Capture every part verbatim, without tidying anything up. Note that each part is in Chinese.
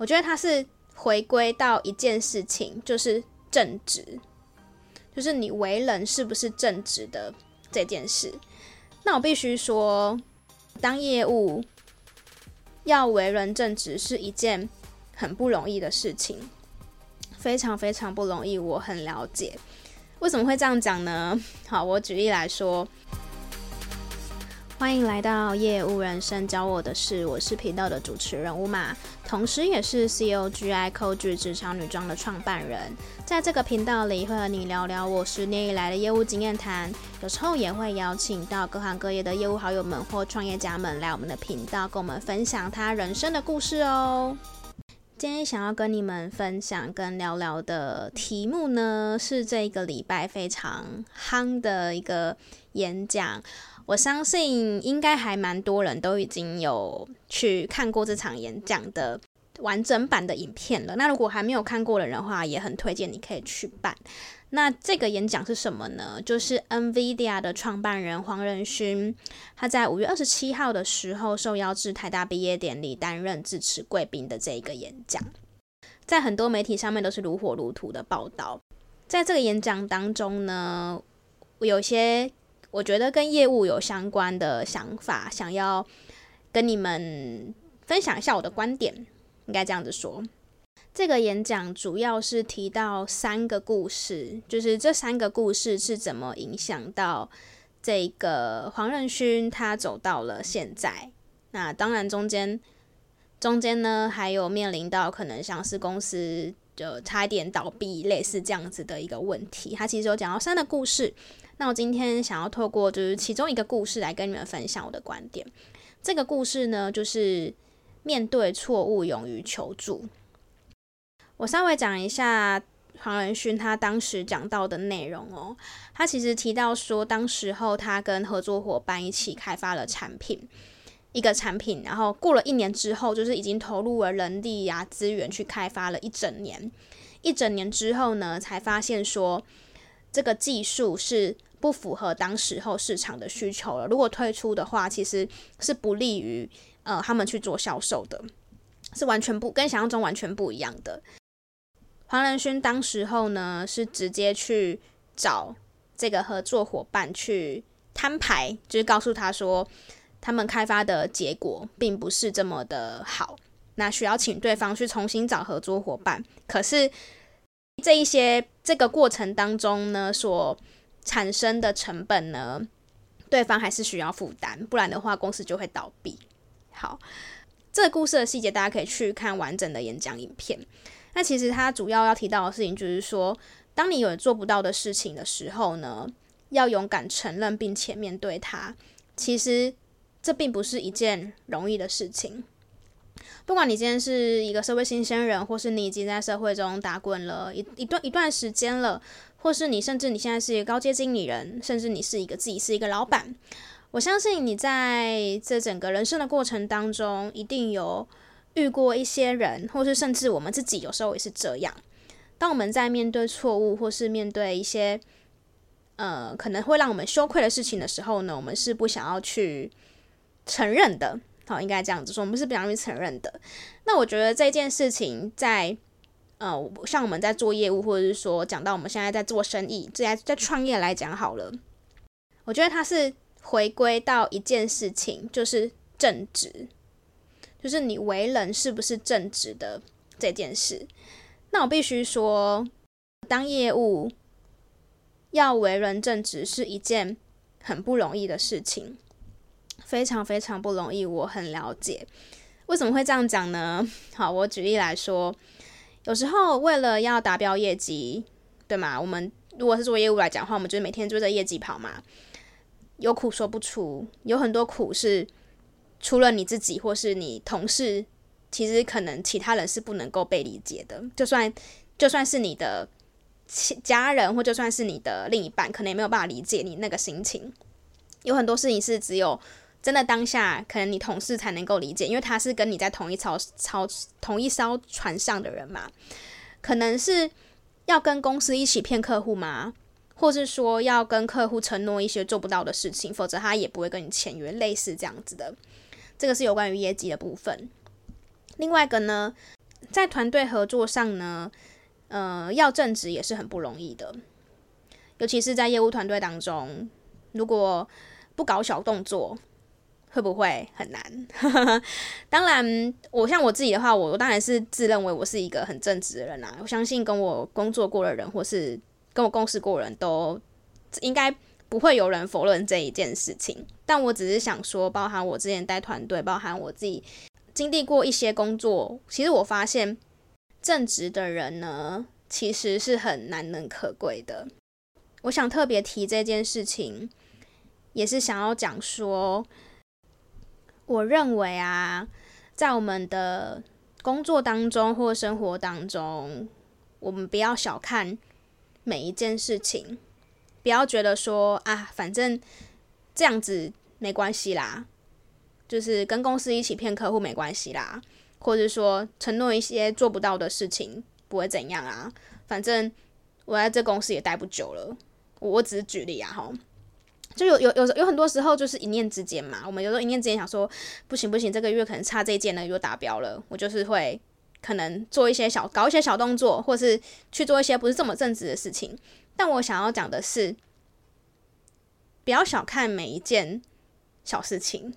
我觉得它是回归到一件事情，就是正直，就是你为人是不是正直的这件事。那我必须说，当业务要为人正直是一件很不容易的事情，非常非常不容易，我很了解。为什么会这样讲呢？好，我举例来说，欢迎来到业务人生教我的事，我是频道的主持人乌玛，同时也是 C O G I Coach 职场女装的创办人。在这个频道里会和你聊聊我十年以来的业务经验谈，有时候也会邀请到各行各业的业务好友们或创业家们来我们的频道，跟我们分享他人生的故事哦。今天想要跟你们分享跟聊聊的题目呢，是这个礼拜非常夯的一个演讲。我相信应该还蛮多人都已经有去看过这场演讲的完整版的影片了。那如果还没有看过的人的话，也很推荐你可以去办。那这个演讲是什么呢？就是 NVIDIA 的创办人黄仁勋，他在五月二十七号的时候受邀至台大毕业典礼担任致辞贵宾的这一个演讲，在很多媒体上面都是如火如荼的报道。在这个演讲当中呢，有些我觉得跟业务有相关的想法，想要跟你们分享一下我的观点，应该这样子说。这个演讲主要是提到三个故事，就是这三个故事是怎么影响到这个黄仁勋他走到了现在。那当然中间中间呢还有面临到可能像是公司就差一点倒闭类似这样子的一个问题。他其实有讲到三个故事，那我今天想要透过就是其中一个故事来跟你们分享我的观点。这个故事呢就是面对错误勇于求助。我稍微讲一下黄仁勋他当时讲到的内容哦。他其实提到说，当时候他跟合作伙伴一起开发了产品，一个产品，然后过了一年之后，就是已经投入了人力啊资源去开发了一整年，一整年之后呢，才发现说这个技术是不符合当时候市场的需求了。如果推出的话，其实是不利于呃他们去做销售的，是完全不跟想象中完全不一样的。黄仁勋当时候呢是直接去找这个合作伙伴去摊牌，就是告诉他说他们开发的结果并不是这么的好，那需要请对方去重新找合作伙伴。可是这一些这个过程当中呢所产生的成本呢，对方还是需要负担，不然的话公司就会倒闭。好，这个故事的细节大家可以去看完整的演讲影片。那其实他主要要提到的事情就是说，当你有做不到的事情的时候呢，要勇敢承认并且面对它。其实这并不是一件容易的事情。不管你今天是一个社会新鲜人，或是你已经在社会中打滚了 一, 一, 段一段时间了，或是你甚至你现在是一个高阶经理人，甚至你是一个自己是一个老板，我相信你在这整个人生的过程当中一定有遇过一些人，或是甚至我们自己有时候也是这样。当我们在面对错误或是面对一些呃可能会让我们羞愧的事情的时候呢，我们是不想要去承认的。好，应该这样子说，我们是不想去承认的。那我觉得这件事情在呃像我们在做业务，或者是说讲到我们现在在做生意，在在创业来讲好了，我觉得它是回归到一件事情，就是正直，就是你为人是不是正直的这件事。那我必须说，当业务要为人正直是一件很不容易的事情，非常非常不容易，我很了解。为什么会这样讲呢？好，我举例来说，有时候为了要达标业绩，对吗？我们如果是做业务来讲的话，我们就是每天追着业绩跑嘛，有苦说不出，有很多苦是除了你自己或是你同事，其实可能其他人是不能够被理解的。就算就算是你的家人，或就算是你的另一半，可能也没有办法理解你那个心情。有很多事情是只有真的当下，可能你同事才能够理解，因为他是跟你在同一艘同一艘船上的人嘛。可能是要跟公司一起骗客户吗？或是说要跟客户承诺一些做不到的事情，否则他也不会跟你签约，类似这样子的。这个是有关于业绩的部分。另外一个呢， 在团队合作上呢，呃，要正直也是很不容易的，尤其是在业务团队当中，如果不搞小动作，会不会很难？当然，我像我自己的话，我当然是自认为我是一个很正直的人啊。我相信跟我工作过的人，或是跟我共事过的人都应该不会有人否认这一件事情。但我只是想说，包含我之前带团队，包含我自己经历过一些工作，其实我发现正直的人呢，其实是很难能可贵的。我想特别提这件事情，也是想要讲说，我认为啊，在我们的工作当中或生活当中，我们不要小看每一件事情，不要觉得说啊，反正这样子没关系啦，就是跟公司一起骗客户没关系啦，或者说承诺一些做不到的事情不会怎样啊，反正我在这公司也待不久了，我只是举例啊齁。就有有有有很多时候就是一念之间嘛，我们有时候一念之间想说，不行不行，这个月可能差这一件呢又达标了，我就是会可能做一些小搞一些小动作，或是去做一些不是这么正直的事情。但我想要讲的是，不要小看每一件小事情。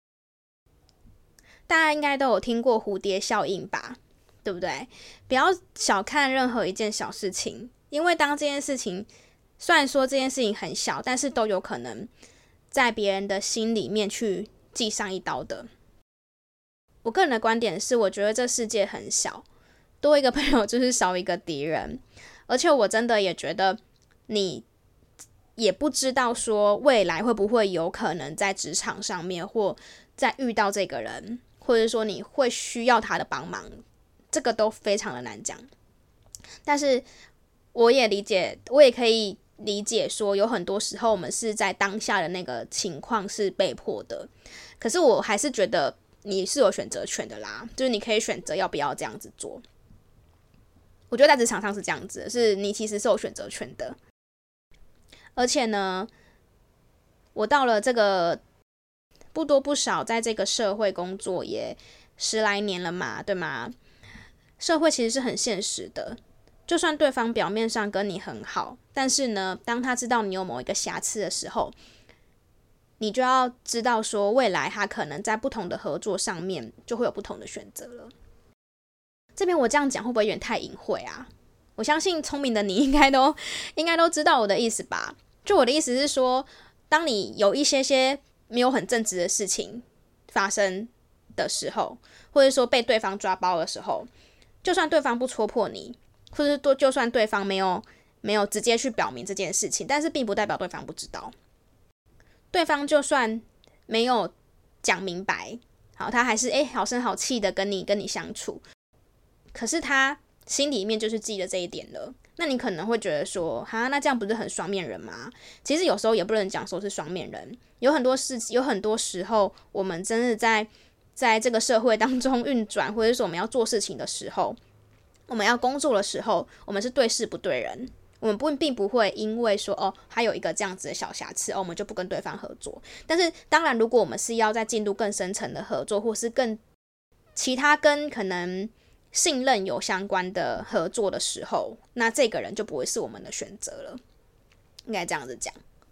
大家应该都有听过蝴蝶效应吧，对不对？不要小看任何一件小事情，因为当这件事情虽然说这件事情很小，但是都有可能在别人的心里面去记上一刀的。我个人的观点是，我觉得这世界很小，多一个朋友就是少一个敌人。而且我真的也觉得，你也不知道说未来会不会有可能在职场上面，或在遇到这个人，或者说你会需要他的帮忙，这个都非常的难讲。但是我也理解，我也可以理解说，有很多时候我们是在当下的那个情况是被迫的，可是我还是觉得你是有选择权的啦，就是你可以选择要不要这样子做。我觉得在职场上是这样子的，是你其实是有选择权的。而且呢，我到了这个不多不少，在这个社会工作也十来年了嘛，对吗？社会其实是很现实的，就算对方表面上跟你很好，但是呢，当他知道你有某一个瑕疵的时候，你就要知道说，未来他可能在不同的合作上面就会有不同的选择了。这边我这样讲会不会有点太隐晦啊？我相信聪明的你应该都应该都知道我的意思吧？就我的意思是说，当你有一些些没有很正直的事情发生的时候，或者说被对方抓包的时候，就算对方不戳破你，或者是就算对方没有没有直接去表明这件事情，但是并不代表对方不知道。对方就算没有讲明白，好，他还是诶好声好气的跟你跟你相处，可是他心里面就是记得这一点了。那你可能会觉得说，哈，那这样不是很双面人吗？其实有时候也不能讲说是双面人，有很多事，有很多时候，我们真的在在这个社会当中运转，或者是我们要做事情的时候，我们要工作的时候，我们是对事不对人。我们不并不会因为说哦，还有一个这样子的小瑕疵，哦，我们就不跟对方合作。但是当然，如果我们是要再进入更深层的合作，或是更其他跟可能信任有相关的合作的时候，那这个人就不会是我们的选择了，应该这样子讲。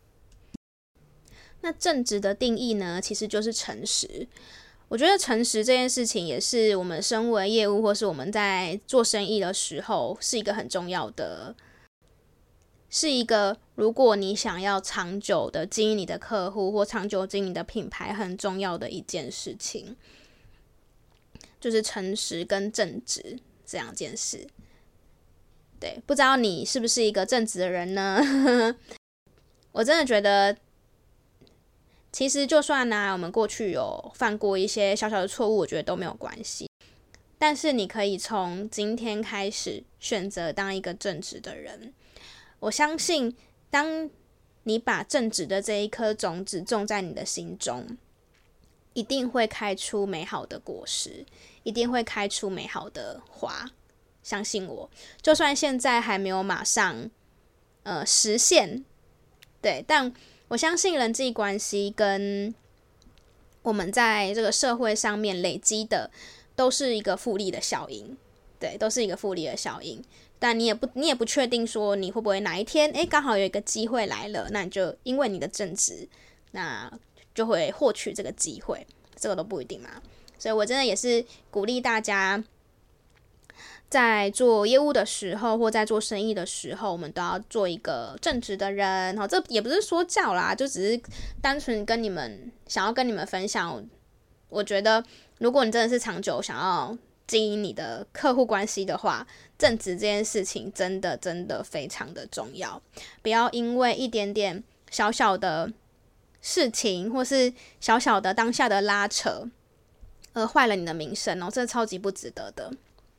那正直的定义呢，其实就是诚实。我觉得诚实这件事情也是我们身为业务或是我们在做生意的时候是一个很重要的，是一个如果你想要长久的经营你的客户或长久经营你的品牌很重要的一件事情，就是诚实跟正直这两件事。对，不知道你是不是一个正直的人呢？我真的觉得其实就算呢、啊，我们过去有犯过一些小小的错误，我觉得都没有关系。但是你可以从今天开始选择当一个正直的人。我相信，当你把正直的这一颗种子种在你的心中，一定会开出美好的果实，一定会开出美好的花。相信我，就算现在还没有马上呃实现，对，但我相信人际关系跟我们在这个社会上面累积的都是一个复利的效应。 对，都是一个复利的效应。但你也不你也不确定说你会不会哪一天诶刚好有一个机会来了，那你就因为你的正职，那就会获取这个机会，这个都不一定嘛。所以我真的也是鼓励大家，在做业务的时候或在做生意的时候，我们都要做一个正直的人。这也不是说教啦，就只是单纯跟你们想要跟你们分享，我觉得如果你真的是长久想要经营你的客户关系的话，正直这件事情真的真的非常的重要。不要因为一点点小小的事情或是小小的当下的拉扯而坏了你的名声哦，这超级不值得的。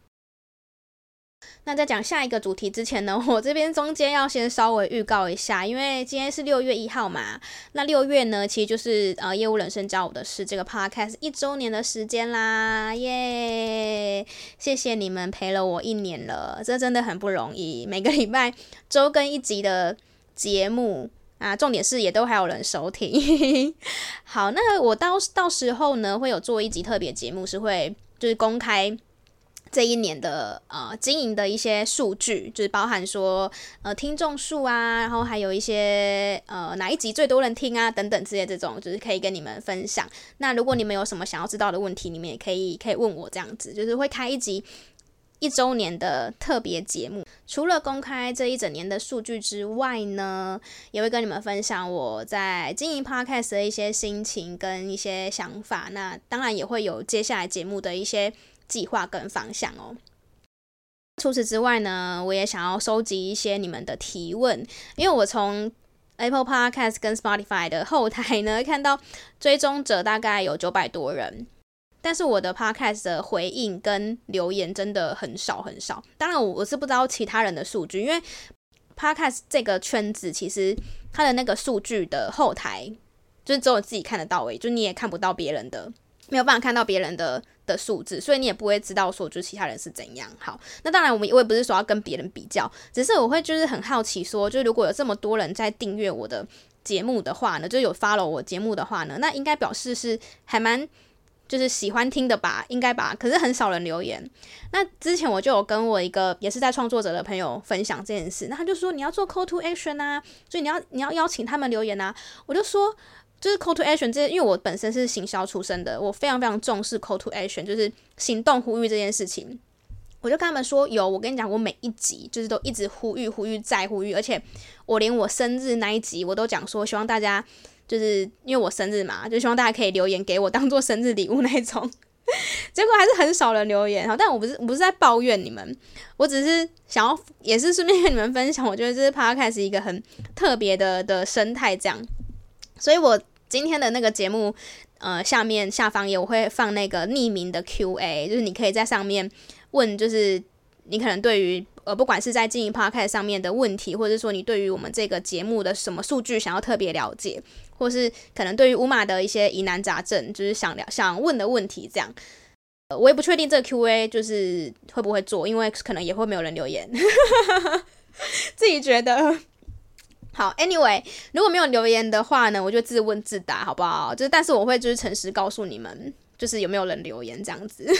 那在讲下一个主题之前呢，我这边中间要先稍微预告一下，因为今天是六月一号嘛，那六月呢其实就是呃业务人生教我的事这个 podcast 一周年的时间啦，耶！谢谢你们陪了我一年了，这真的很不容易，每个礼拜周更一集的节目啊，重点是也都还有人收听。好，那我到到时候呢会有做一集特别节目，是会就是公开这一年的呃经营的一些数据，就是包含说呃听众数啊，然后还有一些呃哪一集最多人听啊等等之类，这种就是可以跟你们分享。那如果你们有什么想要知道的问题，你们也可以可以问我，这样子就是会开一集一周年的特别节目。除了公开这一整年的数据之外呢，也会跟你们分享我在经营 podcast 的一些心情跟一些想法。那当然也会有接下来节目的一些计划跟方向哦。除此之外呢，我也想要收集一些你们的提问，因为我从 Apple Podcast 跟 Spotify 的后台呢看到追踪者大概有九百多人，但是我的 podcast 的回应跟留言真的很少很少。当然 我, 我是不知道其他人的数据，因为 podcast 这个圈子其实它的那个数据的后台就是只有自己看得到而已，就你也看不到别人的，没有办法看到别人的的数字，所以你也不会知道说就是其他人是怎样。好，那当然我们我也不是说要跟别人比较，只是我会就是很好奇说，就如果有这么多人在订阅我的节目的话呢，就有 follow 我节目的话呢，那应该表示是还蛮就是喜欢听的吧，应该吧，可是很少人留言。那之前我就有跟我一个也是在创作者的朋友分享这件事，那他就说你要做 call to action 啊，所以你要你要邀请他们留言啊。我就说就是 call to action 这，因为我本身是行销出身的，我非常非常重视 call to action， 就是行动呼吁这件事情。我就跟他们说有，我跟你讲，我每一集就是都一直呼吁呼吁再呼吁，而且我连我生日那一集我都讲说希望大家就是因为我生日嘛，就希望大家可以留言给我当做生日礼物那一种。结果还是很少人留言，但我不是不是在抱怨你们，我只是想要也是顺便跟你们分享，我觉得这是 podcast 一个很特别的的生态这样。所以我今天的那个节目呃下面下方也我会放那个匿名的 Q A， 就是你可以在上面问，就是你可能对于呃不管是在经营 podcast 上面的问题，或者是说你对于我们这个节目的什么数据想要特别了解，或是可能对于乌马的一些疑难杂症就是想聊想问的问题这样。呃、我也不确定这个 Q A 就是会不会做，因为可能也会没有人留言自己觉得好 anyway 如果没有留言的话呢，我就自问自答好不好，就是但是我会就是诚实告诉你们就是有没有人留言这样子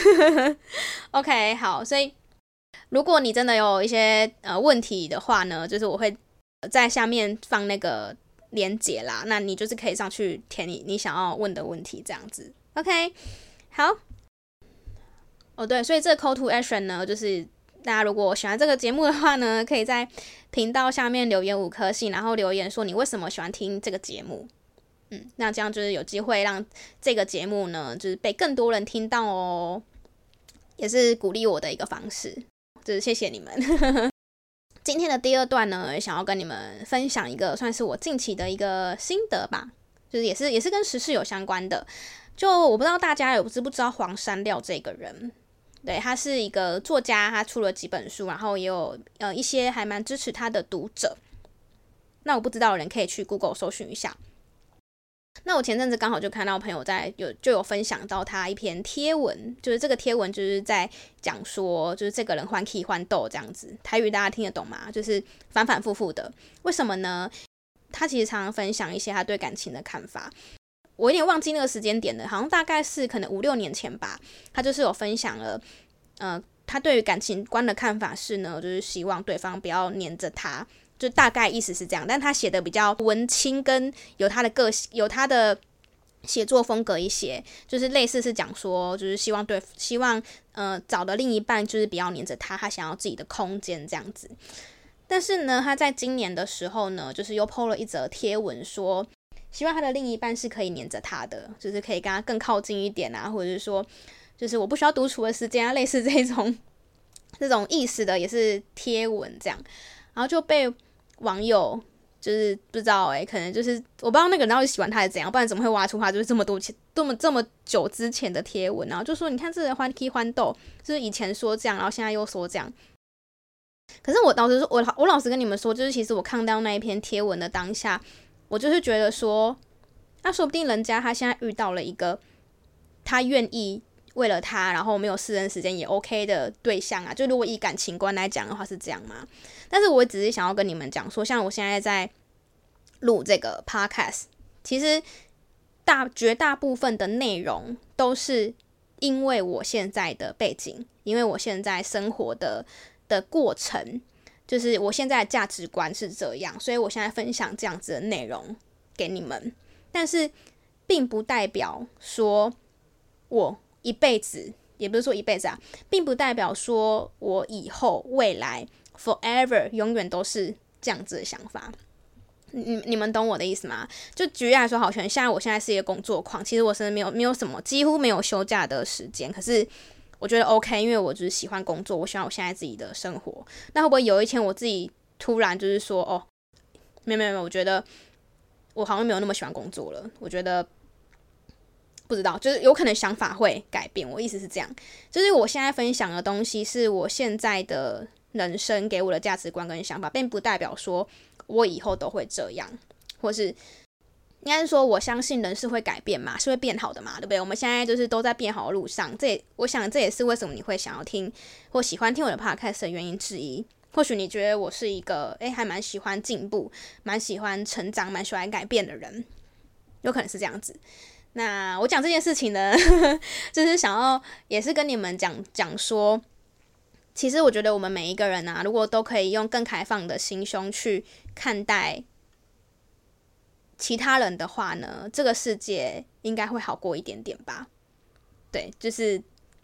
OK 好，所以如果你真的有一些呃问题的话呢，就是我会在下面放那个连结啦，那你就是可以上去填你你想要问的问题这样子 OK 好哦对，所以这个 call to action 呢，就是大家如果喜欢这个节目的话呢，可以在频道下面留言五颗星，然后留言说你为什么喜欢听这个节目。嗯，那这样就是有机会让这个节目呢，就是被更多人听到哦，也是鼓励我的一个方式，就是谢谢你们。今天的第二段呢，想要跟你们分享一个算是我近期的一个心得吧，就是也是也是跟时事有相关的。就我不知道大家有知不知道黄山料这个人。对，他是一个作家，他出了几本书，然后也有呃一些还蛮支持他的读者。那我不知道的人可以去 Google 搜寻一下。那我前阵子刚好就看到朋友在有就有分享到他一篇贴文，就是这个贴文就是在讲说，就是这个人换 key 换豆这样子，台语大家听得懂吗？就是反反复复的。为什么呢？他其实常常分享一些他对感情的看法。我有点忘记那个时间点了，好像大概是可能五六年前吧，他就是有分享了呃他对于感情观的看法是呢，就是希望对方不要黏着他，就大概意思是这样，但他写的比较文青，跟有他的个性，有他的写作风格一些，就是类似是讲说，就是希望对希望呃找的另一半就是不要黏着他，他想要自己的空间这样子。但是呢，他在今年的时候呢，就是又 po 了一则贴文说，希望他的另一半是可以黏着他的，就是可以跟他更靠近一点啊，或者是说，就是我不需要独处的时间啊，类似这种这种意思的也是贴文这样，然后就被网友就是不知道哎、欸，可能就是我不知道那个人到底喜欢他是怎样，不然怎么会挖出他就是这么多这么这么久之前的贴文，然后就说你看这个欢 K 欢斗，就是以前说这样，然后现在又说这样。可是我老实说，我我老实跟你们说，就是其实我看到那一篇贴文的当下，我就是觉得说，那、啊、说不定人家他现在遇到了一个他愿意为了他，然后没有私人时间也 OK 的对象啊。就如果以感情观来讲的话是这样嘛。但是我只是想要跟你们讲说，像我现在在录这个 podcast， 其实大绝大部分的内容都是因为我现在的背景，因为我现在生活的的过程，就是我现在的价值观是这样，所以我现在分享这样子的内容给你们。但是并不代表说我一辈子，也不是说一辈子啊，并不代表说我以后未来 forever 永远都是这样子的想法。你你们懂我的意思吗？就举例来说，好，像现在我现在是一个工作狂，其实我身边没有没有什么，几乎没有休假的时间，可是我觉得 OK， 因为我就是喜欢工作，我喜欢我现在自己的生活。那会不会有一天我自己突然就是说，哦，没有没有没有，我觉得我好像没有那么喜欢工作了，我觉得不知道，就是有可能想法会改变。我意思是这样，就是我现在分享的东西是我现在的人生给我的价值观跟想法，并不代表说我以后都会这样，或是应该是说我相信人是会改变嘛，是会变好的嘛，对不对？我们现在就是都在变好的路上，这也我想这也是为什么你会想要听或喜欢听我的 podcast 的原因之一。或许你觉得我是一个诶还蛮喜欢进步，蛮喜欢成长，蛮喜欢改变的人，有可能是这样子。那我讲这件事情呢就是想要也是跟你们讲讲说，其实我觉得我们每一个人啊，如果都可以用更开放的心胸去看待其他人的话呢，这个世界应该会好过一点点吧。对，就是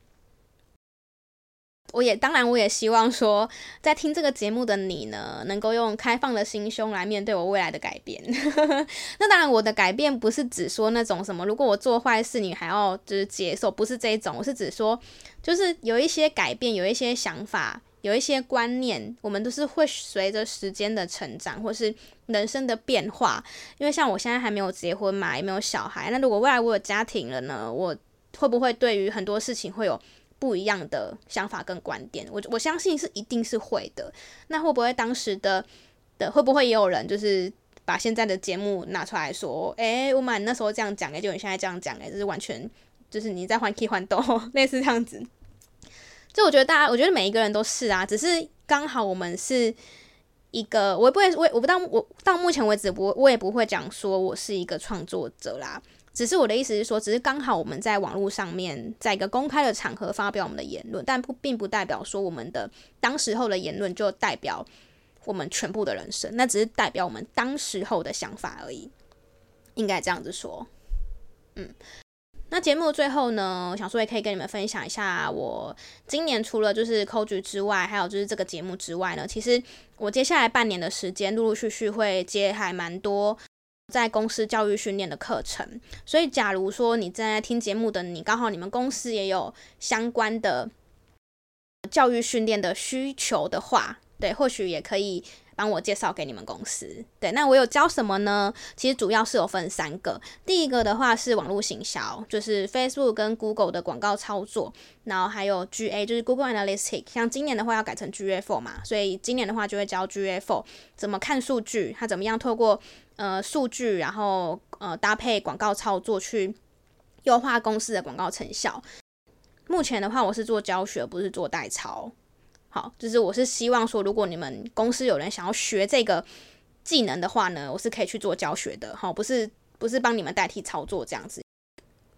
我也当然我也希望说，在听这个节目的你呢，能够用开放的心胸来面对我未来的改变那当然我的改变不是指说那种什么如果我做坏事你还要就是接受，不是这一种，我是指说就是有一些改变，有一些想法，有一些观念，我们都是会随着时间的成长或是人生的变化。因为像我现在还没有结婚嘛，也没有小孩，那如果未来我有家庭了呢，我会不会对于很多事情会有不一样的想法跟观点？我我相信是一定是会的。那会不会当时的的会不会也有人就是把现在的节目拿出来说，诶，我们你那时候这样讲，诶，就你现在这样讲，诶，就是完全就是你在换 key 换斗，类似这样子。就我觉得大家，我觉得每一个人都是啊，只是刚好我们是一个，我也不会，我我不到我到目前为止，我我也不会讲说我是一个创作者啦。只是我的意思是说，只是刚好我们在网络上面，在一个公开的场合发表我们的言论，但不并不代表说我们的当时候的言论就代表我们全部的人生，那只是代表我们当时候的想法而已，应该这样子说。嗯，那节目最后呢，我想说也可以跟你们分享一下，我今年除了就是 Coach 之外，还有就是这个节目之外呢，其实我接下来半年的时间，陆陆续续会接还蛮多在公司教育训练的课程。所以假如说你正在听节目的你，刚好你们公司也有相关的教育训练的需求的话，对，或许也可以帮我介绍给你们公司。对，那我有教什么呢？其实主要是有分三个。第一个的话是网络行销，就是 Facebook 跟 Google 的广告操作，然后还有 G A 就是 Google Analytics， 像今年的话要改成 G A 四 嘛，所以今年的话就会教 G A 四 怎么看数据，它怎么样透过呃数据，然后呃搭配广告操作去优化公司的广告成效。目前的话我是做教学，不是做代操。好，就是我是希望说，如果你们公司有人想要学这个技能的话呢，我是可以去做教学的，好，不是不是帮你们代替操作这样子。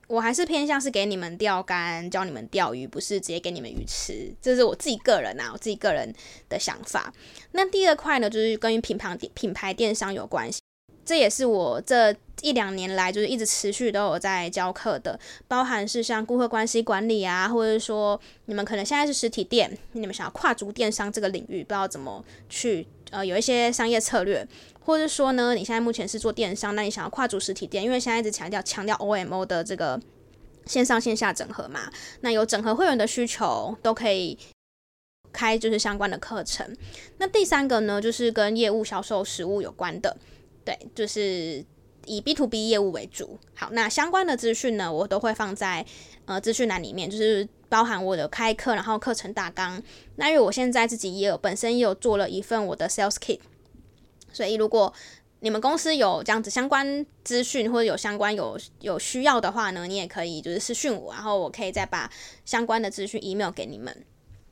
我还是偏向是给你们钓竿，教你们钓鱼，不是直接给你们鱼吃，这是我自己个人啊，我自己个人的想法。那第二块呢，就是跟品牌品牌电商有关系，这也是我这一两年来就是一直持续都有在教课的，包含是像顾客关系管理啊，或者是说你们可能现在是实体店，你们想要跨足电商这个领域，不知道怎么去呃有一些商业策略。或者说呢，你现在目前是做电商，那你想要跨足实体店，因为现在一直强调强调 O M O 的这个线上线下整合嘛，那有整合会员的需求都可以开就是相关的课程。那第三个呢，就是跟业务销售实务有关的，对，就是以 B to B 业务为主。好，那相关的资讯呢，我都会放在呃资讯栏里面，就是包含我的开课，然后课程大纲。那因为我现在自己也有本身也有做了一份我的 Sales Kit。所以如果你们公司有这样子相关资讯，或者有相关有有需要的话呢，你也可以就是私讯我，然后我可以再把相关的资讯 email 给你们。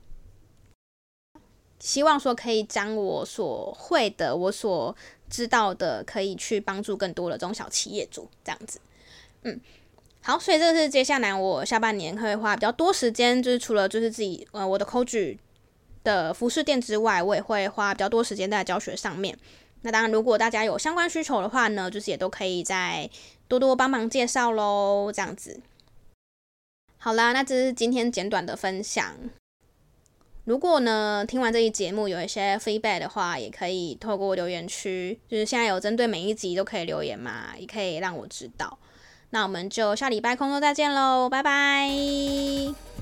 希望说可以将我所会的、我所知道的，可以去帮助更多的中小企业主，这样子。嗯，好，所以这是接下来我下半年会花比较多时间，就是除了就是自己呃我的 Coach 的服饰店之外，我也会花比较多时间在教学上面。那当然，如果大家有相关需求的话呢，就是也都可以再多多帮忙介绍咯，这样子。好啦，那这是今天简短的分享。如果呢听完这一节目有一些 feedback 的话，也可以透过留言区，就是现在有针对每一集都可以留言嘛，也可以让我知道。那我们就下礼拜空中再见咯，拜拜。